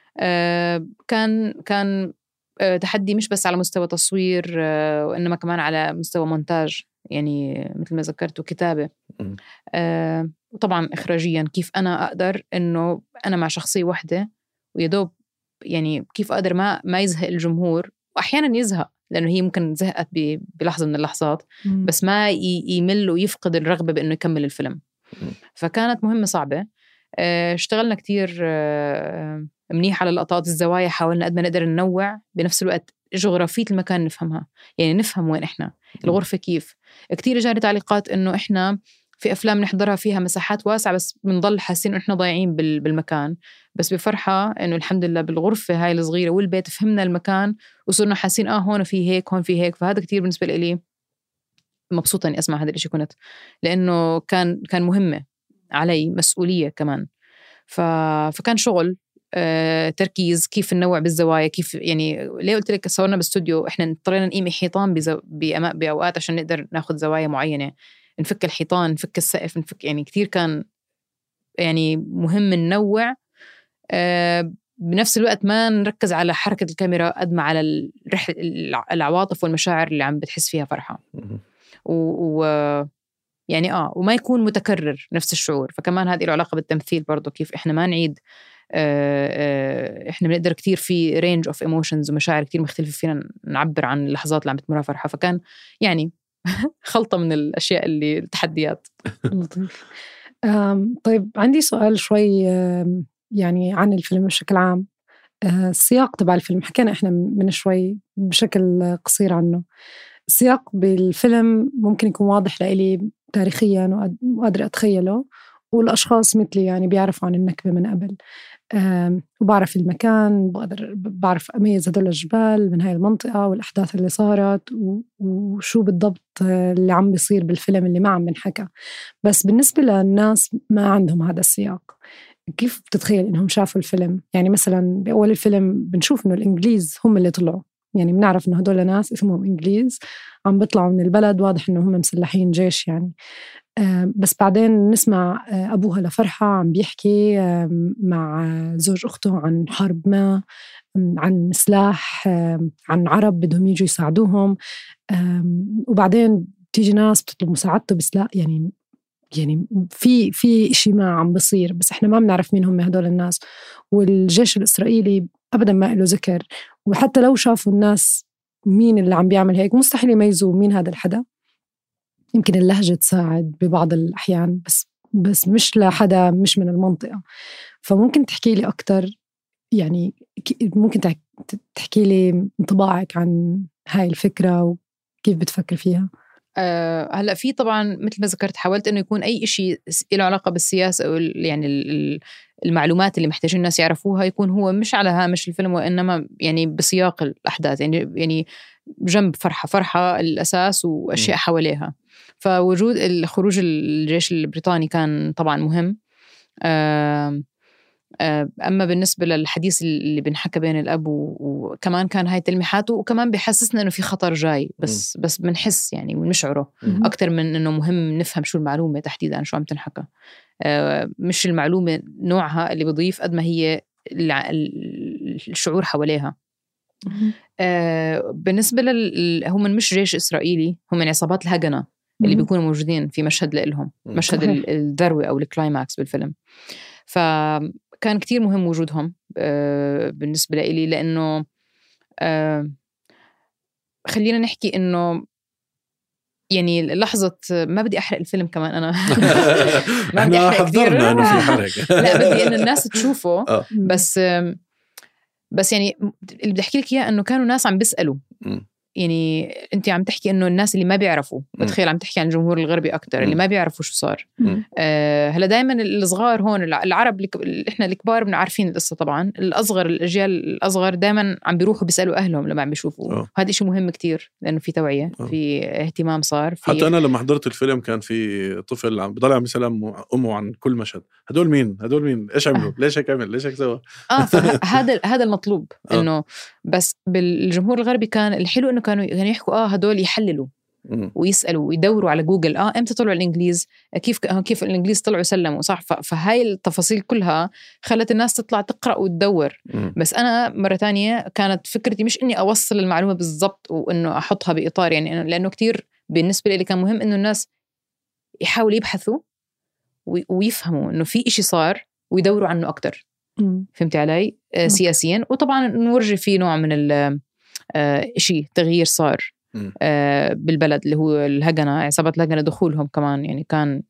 كان تحدي مش بس على مستوى تصوير وإنما كمان على مستوى مونتاج، يعني مثل ما ذكرت، وكتابة، وطبعا إخراجيا كيف أنا أقدر إنه أنا مع شخصية واحدة ويدوب يعني كيف أقدر ما يزهق الجمهور، وأحيانا يزهق لأنه هي ممكن زهقت بلحظة من اللحظات، بس ما يمل ويفقد الرغبة بأنه يكمل الفيلم. فكانت مهمة صعبة. اشتغلنا كتير منيح على لقطات الزوايا، حاولنا قد ما نقدر ننوع، بنفس الوقت جغرافية المكان نفهمها، يعني نفهم وين إحنا الغرفة كيف. كتير جاري تعليقات إنه إحنا في أفلام نحضرها فيها مساحات واسعة بس بنضل حاسين إنه إحنا ضايعين بالمكان، بس بفرحة إنه الحمد لله بالغرفة هاي الصغيرة والبيت فهمنا المكان وصرنا حاسين هون في هيك، هون في هيك. فهذا كتير بالنسبة لي مبسوطة إني أسمع هذا الإشي، كنت لأنه كان مهمة علي، مسؤولية كمان. فكان شغل تركيز، كيف ننوع بالزوايا، كيف يعني ليه قلت لك صورنا باستوديو، إحنا اضطرينا نقيم حيطان بأوقات عشان نقدر ناخد زوايا معينة، نفك الحيطان، نفك السقف، نفك، يعني كتير كان يعني مهم ننوع. بنفس الوقت ما نركز على حركة الكاميرا قد ما على العواطف والمشاعر اللي عم بتحس فيها فرحة، يعني وما يكون متكرر نفس الشعور. فكمان هذه له علاقة بالتمثيل برضو، كيف إحنا ما نعيد، إحنا بنقدر كتير في range of emotions ومشاعر كتير مختلفة فينا نعبر عن اللحظات اللي عم بتمرها فرحة. فكان يعني خلطة من الأشياء اللي التحديات. لطيف. طيب عندي سؤال شوي يعني عن الفيلم بشكل عام. السياق تبع الفيلم حكينا إحنا من شوي بشكل قصير عنه. السياق بالفيلم ممكن يكون واضح لإلي تاريخيا وقادر أتخيله، والأشخاص مثلي يعني بيعرفوا عن النكبة من قبل، وبعرف المكان، بعرف أميز هدول الجبال من هاي المنطقة والأحداث اللي صارت وشو بالضبط اللي عم بيصير بالفيلم اللي ما عم بنحكى. بس بالنسبة للناس ما عندهم هذا السياق، كيف بتتخيل إنهم شافوا الفيلم؟ يعني مثلا بأول الفيلم بنشوف إنه الإنجليز هم اللي طلعوا، يعني بنعرف إنه هدول ناس اسمهم إنجليز عم بيطلعوا من البلد، واضح إنه هم مسلحين جيش يعني. بس بعدين نسمع أبوها لفرحة عم بيحكي مع زوج أخته عن حرب ما، عن سلاح، عن عرب بدهم يجوا يساعدوهم، وبعدين تيجي ناس بتطلب مساعدته بس لا، يعني في إشي ما عم بصير، بس إحنا ما بنعرف مين هم هدول الناس. والجيش الإسرائيلي أبدا ما له ذكر. وحتى لو شافوا الناس مين اللي عم بيعمل هيك مستحيل يميزوا مين هذا الحدا. يمكن اللهجة تساعد ببعض الأحيان بس مش لحدا مش من المنطقة. فممكن تحكي لي أكتر يعني ممكن تحكي لي انطباعك عن هاي الفكرة وكيف بتفكر فيها؟ هلأ في طبعا مثل ما ذكرت حاولت إنه يكون أي إشي له علاقة بالسياسة أو يعني المعلومات اللي محتاجين الناس يعرفوها يكون هو مش على هامش الفيلم وإنما يعني بسياق الأحداث يعني جنب فرحة الأساس وأشياء حواليها. فوجود خروج الجيش البريطاني كان طبعا مهم. أما بالنسبة للحديث اللي بنحكى بين الأب وكمان كان هاي تلميحاته وكمان بيحسسنا إنه في خطر جاي بس بنحس يعني ونشعره أكتر من إنه مهم نفهم شو المعلومة تحديدا شو عم تنحكى. مش المعلومة نوعها اللي بضيف قد ما هي الشعور حواليها. بالنسبة هم مش جيش إسرائيلي، هم من عصابات الهجنة اللي بيكونوا موجودين في مشهد لإلهم مشهد الذروة أو الكلايماكس بالفيلم. فكان كتير مهم وجودهم بالنسبة لي لأنه خلينا نحكي إنه يعني لحظة ما بدي أحرق الفيلم كمان أنا ما بدي أحرق حضرنا إنه في حرق لا بدي إنه الناس تشوفه بس يعني اللي بدي أحكي لك إياه إنه كانوا ناس عم بيسألوا يعني أنت عم تحكي إنه الناس اللي ما بيعرفوا بتخيل عم تحكي عن الجمهور الغربي أكتر اللي ما بيعرفوا شو صار. هلا دايما الصغار هون العرب إحنا الكبار بنعرفين القصة طبعا الأصغر الأجيال الأصغر دايما عم بيروحوا بيسألوا أهلهم لما عم بيشوفوا. هذا إشي مهم كتير لأنه في توعية في اهتمام صار في حتى أنا لما حضرت الفيلم كان في طفل عم بضل عم يسلم أمه عن كل مشهد هدول مين إيش عملوا ليش هيك عمل ليش هيك سوى. هذا المطلوب إنه بس بالجمهور الغربي كان الحلو إنه كانوا يحكوا هدول يحللوا ويسألوا ويدوروا على جوجل امتى طلعوا الانجليز كيف الانجليز طلعوا سلموا صح. فهاي التفاصيل كلها خلت الناس تطلع تقرأ وتدور. بس انا مرة تانية كانت فكرتي مش اني اوصل المعلومة بالضبط وانه احطها بإطار يعني لانه كتير بالنسبة لي كان مهم انه الناس يحاولوا يبحثوا ويفهموا انه في اشي صار ويدوروا عنه اكتر. فهمتي علي؟ سياسيا وطبعا نورجي فيه نوع من اشي تغيير صار بالبلد اللي هو الهجنة عصابات الهجنة دخولهم كمان يعني كان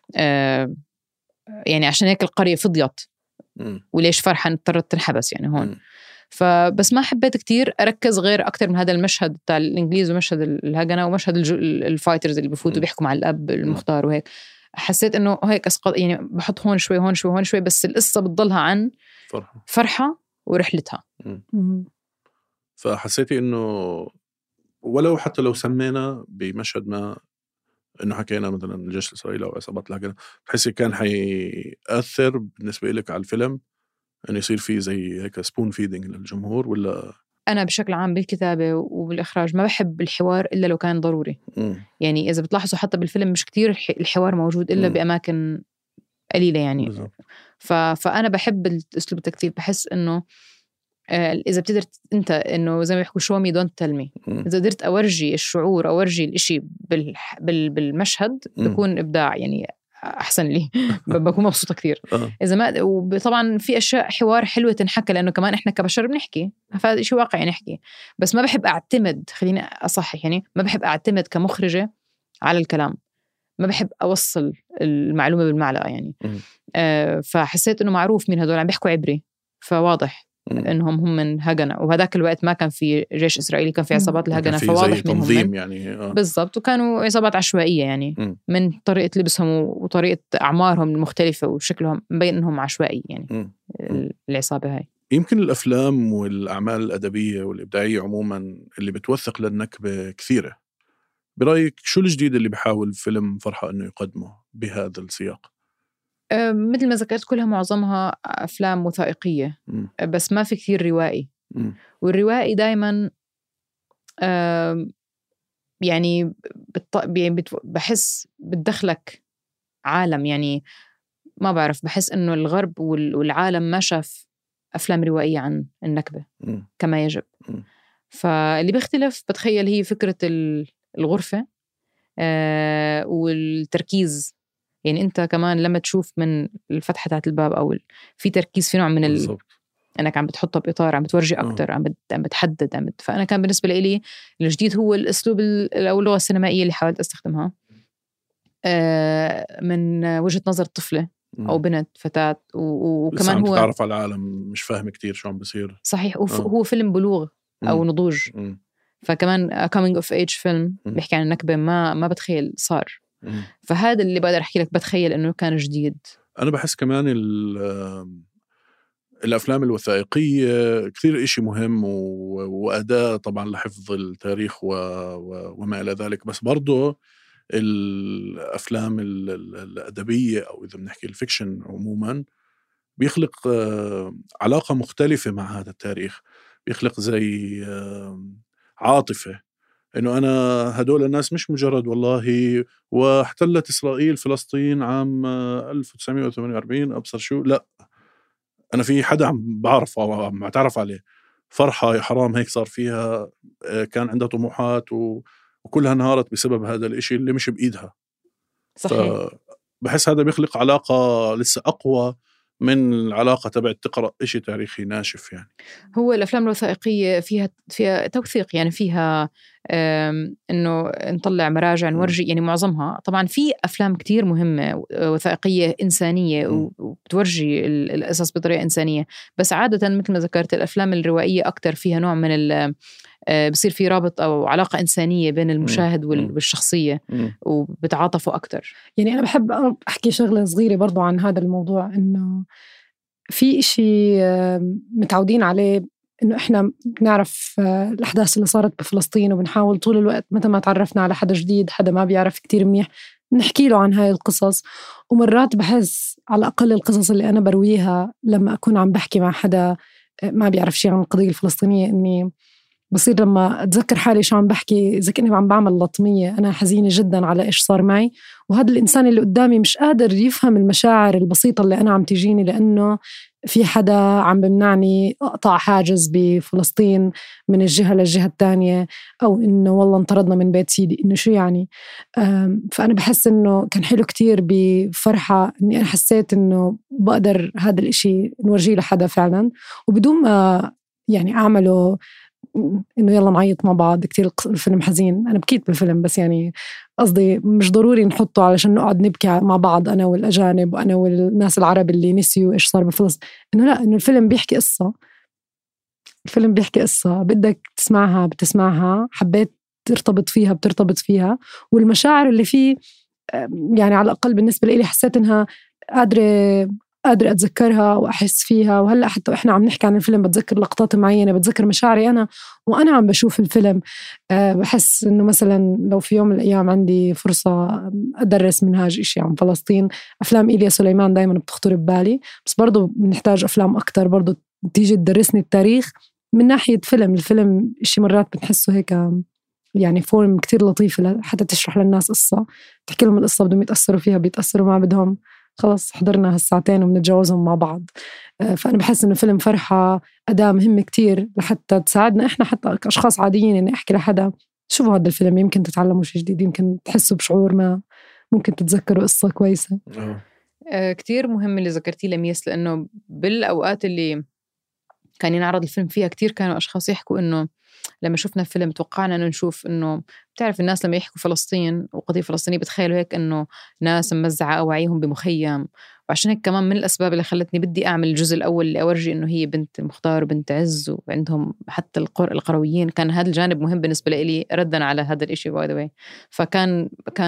يعني عشان هيك القرية فضيت وليش فرحة اضطرت تنحبس يعني هون. فبس ما حبيت كتير أركز غير أكتر من هذا المشهد بتاع الإنجليز ومشهد الهجنة ومشهد الفايترز اللي بفوتوا بيحكوا مع الأب المختار وهيك. حسيت إنه هيك أسقط يعني بحط هون شوي هون شوي هون شوي بس القصة بتضلها عن فرحة ورحلتها. فحسيتي إنه ولو حتى لو سمينا بمشهد ما إنه حكينا مثلا الجيش الإسرائيلي أو عصابات الهجنة بحسي كان حيأثر بالنسبة لك على الفيلم إنه يصير فيه زي هيك سبون فيدينج للجمهور ولا؟ أنا بشكل عام بالكتابة وبالإخراج ما بحب الحوار إلا لو كان ضروري. يعني إذا بتلاحظوا حتى بالفيلم مش كتير الحوار موجود إلا بأماكن قليلة يعني. فأنا بحب أسلوب التكتيب بحس إنه إذا بتقدر أنت إنه زي ما يحكوا show me don't tell me إذا قدرت أورجي الشعور أورجي الإشي بالمشهد بيكون إبداع يعني أحسن لي بكون مبسوطة كثير. إذا ما وطبعا في أشياء حوار حلوة تنحكى لأنه كمان إحنا كبشر بنحكي فهذا إشي واقعي نحكي بس ما بحب أعتمد خليني أصحح يعني ما بحب أعتمد كمخرجة على الكلام ما بحب أوصل المعلومة بالمعلقة يعني. فحسيت إنه معروف مين هدول عم بيحكوا عبري فواضح إنهم هم من هجنة وهذاك الوقت ما كان في جيش إسرائيلي كان في عصابات الهجنة فواضح منهم تنظيم يعني بالضبط وكانوا عصابات عشوائية يعني من طريقة لبسهم وطريقة أعمارهم المختلفة وشكلهم مبين إنهم عشوائي يعني العصابة هاي. يمكن الأفلام والأعمال الأدبية والإبداعية عموما اللي بتوثق للنكبة كثيرة برأيك شو الجديد اللي بحاول فيلم فرحة إنه يقدمه بهذا السياق؟ مثل ما ذكرت كلها معظمها أفلام وثائقية بس ما في كثير روائي. والروائي دايما يعني بحس بتدخلك عالم يعني ما بعرف بحس إنه الغرب والعالم ما شاف أفلام روائية عن النكبة كما يجب. فاللي بيختلف بتخيل هي فكرة الغرفة والتركيز يعني أنت كمان لما تشوف من الفتحة تاعت الباب أو في تركيز في نوع من انك عم بتحطه باطار، عم بتورجي اكتر، عم بتحدد. فانا كان بالنسبه لي الجديد هو الاسلوب او اللغه السينمائيه اللي حاولت استخدمها من وجهه نظر طفله او بنت فتاه، وكمان هو تعرف على العالم، مش فاهم كتير شو عم بصير. صحيح. هو فيلم بلوغ او نضوج. فكمان coming of age فيلم بيحكي عن النكبه ما بتخيل صار. فهذا اللي بقدر احكي لك، بتخيل انه كان جديد. انا بحس كمان الأفلام الوثائقية كثير إشي مهم وأداة طبعا لحفظ التاريخ وما إلى ذلك، بس برضو الأفلام الأدبية أو إذا بنحكي الفيكشن عموما بيخلق علاقة مختلفة مع هذا التاريخ، بيخلق زي عاطفة إنه أنا هدول الناس مش مجرد والله واحتلت إسرائيل فلسطين عام 1948 أبصر شو، لا، أنا في حدا عم بعرفه أو عم أتعرف عليه، فرحة يا حرام هيك صار فيها، كان عندها طموحات وكلها انهارت بسبب هذا الإشي اللي مش بإيدها. صحيح. بحس هذا بيخلق علاقة لسه أقوى من العلاقة تبع تقرأ إشي تاريخي ناشف. يعني هو الأفلام الوثائقية فيها توثيق، يعني فيها إنه نطلع مراجع نورجي، يعني معظمها طبعا في أفلام كتير مهمة وثائقية إنسانية وبتورجي القصص بطريقة إنسانية، بس عادة مثل ما ذكرت الأفلام الروائية أكتر فيها نوع من بصير في رابط أو علاقة إنسانية بين المشاهد والشخصية وبتعاطفوا أكتر. يعني أنا بحب أحكي شغلة صغيرة برضو عن هذا الموضوع، إنه في إشي متعودين عليه، إنه إحنا بنعرف الأحداث اللي صارت بفلسطين وبنحاول طول الوقت متى ما تعرفنا على حدا جديد، حدا ما بيعرف كتير منيح، نحكي له عن هاي القصص. ومرات بحس على الأقل القصص اللي أنا برويها لما أكون عم بحكي مع حدا ما بيعرف شيء عن القضية الفلسطينية، إني بصير لما أتذكر حالي شو عم بحكي إذا كني عم بعمل لطمية، أنا حزينة جدا على إيش صار معي، وهذا الإنسان اللي قدامي مش قادر يفهم المشاعر البسيطة اللي أنا عم تجيني، لأنه في حدا عم بمنعني أقطع حاجز بفلسطين من الجهة للجهة الثانية، أو إنه والله انطردنا من بيت سيدي، إنه شو يعني. فأنا بحس إنه كان حلو كتير بفرحة إني أنا حسيت إنه بقدر هذا الإشي نورجيه لحدا فعلا، وبدون ما يعني أعمله إنه يلا نعيط مع بعض. كتير الفيلم حزين، أنا بكيت بالفيلم، بس يعني قصدي مش ضروري نحطه علشان نقعد نبكي مع بعض أنا والأجانب وأنا والناس العرب اللي نسيوا إيش صار بفلسطين. إنه لا، إنه الفيلم بيحكي قصة، الفيلم بيحكي قصة بدك تسمعها بتسمعها، حبيت ترتبط فيها بترتبط فيها، والمشاعر اللي فيه يعني على الأقل بالنسبة لي حسيت إنها قادرة أتذكرها وأحس فيها. وهلأ حتى إحنا عم نحكي عن الفيلم بتذكر لقطات معينة، بتذكر مشاعري أنا وأنا عم بشوف الفيلم. بحس إنه مثلا لو في يوم من الأيام عندي فرصة أدرس منهاج إشي عن فلسطين، أفلام إيليا سليمان دايما بتخطر ببالي، بس برضو بنحتاج أفلام أكتر برضو تيجي تدرسني التاريخ من ناحية فيلم. الفيلم إشي مرات بنحسه هيك يعني فورم كتير لطيفة حتى تشرح للناس قصة، تحكي لهم القصة بدهم يتأثروا فيها بيتأثروا، ما بدهم خلص حضرنا هالساعتين وبنتجاوزهم مع بعض. فأنا بحس إنه فيلم فرحة أداة مهمة كتير لحتى تساعدنا إحنا حتى كأشخاص عاديين إني أحكي لحدا شوفوا هذا الفيلم، يمكن تتعلموا شيء جديد، يمكن تحسوا بشعور ما، ممكن تتذكروا قصة كويسة. كتير مهم اللي ذكرتيه لميس، لأنه بالأوقات اللي كان ينعرض الفيلم فيها كتير كانوا أشخاص يحكوا إنه لما شفنا فيلم توقعنا إنه نشوف إنه بتعرف الناس لما يحكوا فلسطين وقضية فلسطينية بتخيلوا هيك إنه ناس ممزعة أواعيهم بمخيم. وعشان هيك كمان من الأسباب اللي خلتني بدي أعمل الجزء الأول اللي أورجي إنه هي بنت مختار وبنت عز وعندهم حتى القرويين، كان هذا الجانب مهم بالنسبة لي ردا على هذا الإشي باي ذا واي. فكان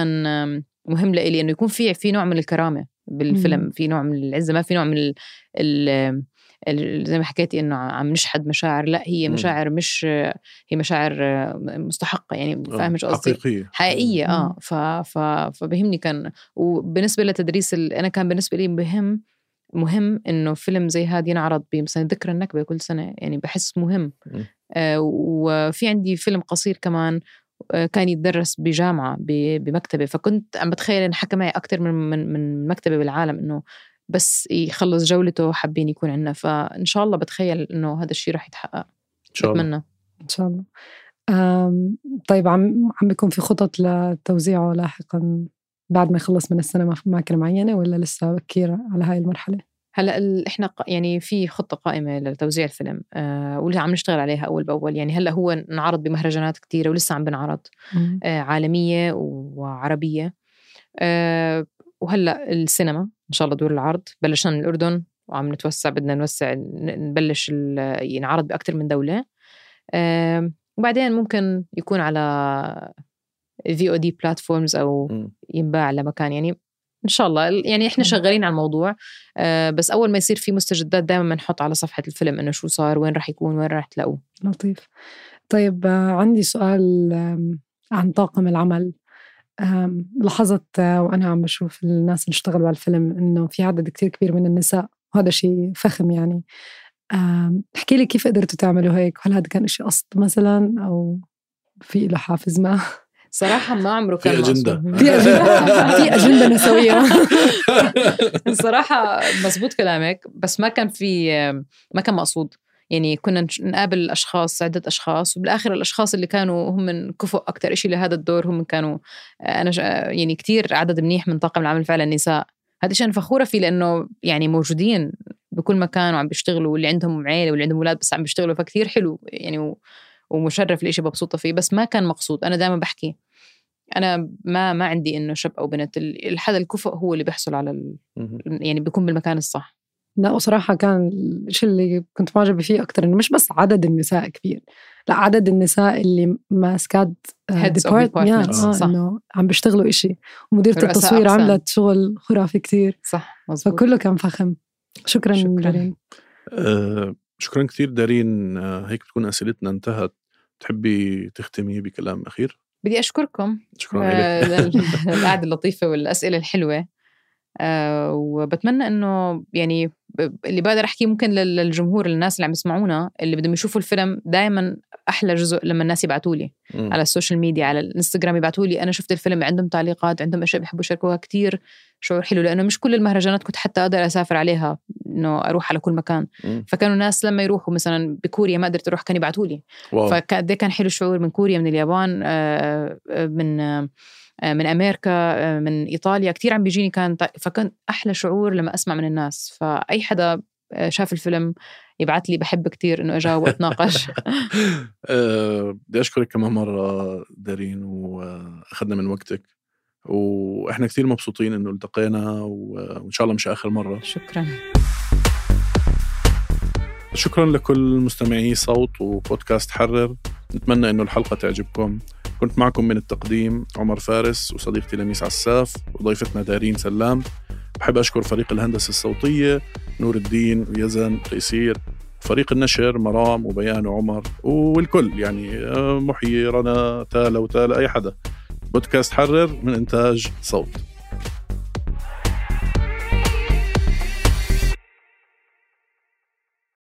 مهم لي إنه يكون في نوع من الكرامة بالفيلم، في نوع من العزة، ما في نوع من زي ما حكيتي إنه عم نشحد مشاعر، لا هي مشاعر مش هي مشاعر مستحقة، يعني فاهمش قصدي حقيقية. فبهمني كان. وبالنسبة لتدريس أنا كان بالنسبة لي مهم إنه فيلم زي هذا ينعرض بمثلا ذكرى النكبة كل سنة، يعني بحس مهم. وفي عندي فيلم قصير كمان كان يتدرس بجامعة بمكتبة، فكنت عم بتخيل إن حكى معي أكتر من مكتبة بالعالم إنه بس يخلص جولته حابين يكون عنا. فإن شاء الله بتخيل إنه هذا الشيء راح يتحقق إن شاء الله. أتمنى إن شاء الله. طيب عم بيكون في خطط لتوزيعه لاحقا بعد ما يخلص من السينما في أماكن معينة، ولا لسه بكير على هاي المرحلة؟ هلا احنا يعني في خطه قائمه لتوزيع الفيلم واللي عم نشتغل عليها اول باول. يعني هلا هو انعرض بمهرجانات كتيره ولسه عم بنعرض عالميه وعربيه. وهلا السينما ان شاء الله دور العرض بلشنا من الاردن وعم نتوسع، بدنا نوسع نبلش ينعرض باكثر من دوله. وبعدين ممكن يكون على VOD platforms او ينباع لمكان. يعني إن شاء الله يعني إحنا شغالين على الموضوع. بس أول ما يصير في مستجدات دائما بنحط على صفحة الفيلم إنه شو صار، وين رح يكون، وين رح تلاقوه. لطيف. طيب عندي سؤال عن طاقم العمل. لاحظت وأنا عم بشوف الناس اللي اشتغلوا على الفيلم إنه في عدد كتير كبير من النساء، وهذا شيء فخم. يعني احكي لي كيف قدرتوا تعملوا هيك؟ هل هذا كان إشي قصد مثلا أو في له حافز ما؟ صراحة ما عمره كان في أجندة في أجندة نسوية. صراحة مزبوط كلامك، بس ما كان مقصود. يعني كنا نقابل أشخاص، عدة أشخاص، وبالآخر الأشخاص اللي كانوا هم من كفؤ أكتر إشي لهذا الدور هم كانوا يعني كتير عدد منيح من طاقم العمل فعلا نساء. هذا شيء أنا فخورة فيه لأنه يعني موجودين بكل مكان وعم بيشتغلوا، واللي عندهم عيلة واللي عندهم أولاد بس عم بيشتغلوا، فكتير حلو يعني ومشرف الإشي، مبسوطة فيه. بس ما كان مقصود. أنا دائما بحكي أنا ما عندي إنه شاب أو بنت، الحدا الكفؤ هو اللي بيحصل على يعني بيكون بالمكان الصح. لا وصراحة كان الشيء اللي كنت معجبة فيه أكتر إنه مش بس عدد النساء كبير، لا عدد النساء اللي ماسكات ديبارتمنت إنه عم بيشتغلوا إشي، ومديرة التصوير عملت شغل خرافي كتير. صح مزبوط. فكله كان فخم. شكرا دارين. شكرا كتير دارين. هيك بتكون أسئلتنا انتهت. تحبي تختمي بكلام أخير؟ بدي أشكركم. شكرا القعدة اللطيفة والأسئلة الحلوة. وبتمنى إنه يعني اللي بقدر أحكي ممكن للجمهور، الناس اللي عم يسمعونا اللي بدهم يشوفوا الفيلم، دائما أحلى جزء لما الناس يبعتولي على السوشيال ميديا، على الانستغرام، يبعتولي أنا شفت الفيلم، عندهم تعليقات، عندهم أشياء بيحبوا يشاركوها، كتير شعور حلو. لأنه مش كل المهرجانات كنت حتى أقدر أسافر عليها إنه أروح على كل مكان. فكانوا الناس لما يروحوا مثلا بكوريا ما قدرت أروح كان يبعتولي. فده كان حلو الشعور من كوريا، من اليابان، من أمريكا، من إيطاليا، كتير عم بيجيني فكان أحلى شعور لما أسمع من الناس. فأي حدا شاف الفيلم يبعت لي، بحب كتير إنه أجاوب وأتناقش. بدي أشكرك كمان مرة دارين، وأخذنا من وقتك، وإحنا كتير مبسوطين إنه التقينا، وإن شاء الله مش آخر مرة. شكرا. شكرا لكل مستمعي صوت وبودكاست حرر. نتمنى إنه الحلقة تعجبكم. كنت معكم من التقديم عمر فارس، وصديقتي لميس عساف، وضيفتنا دارين سلام. بحب أشكر فريق الهندسة الصوتية نور الدين ويزن تيسير، فريق النشر مرام وبيان وعمر، والكل يعني محيي رنا تالا وتالا، أي حدا. بودكاست حرر من إنتاج صوت.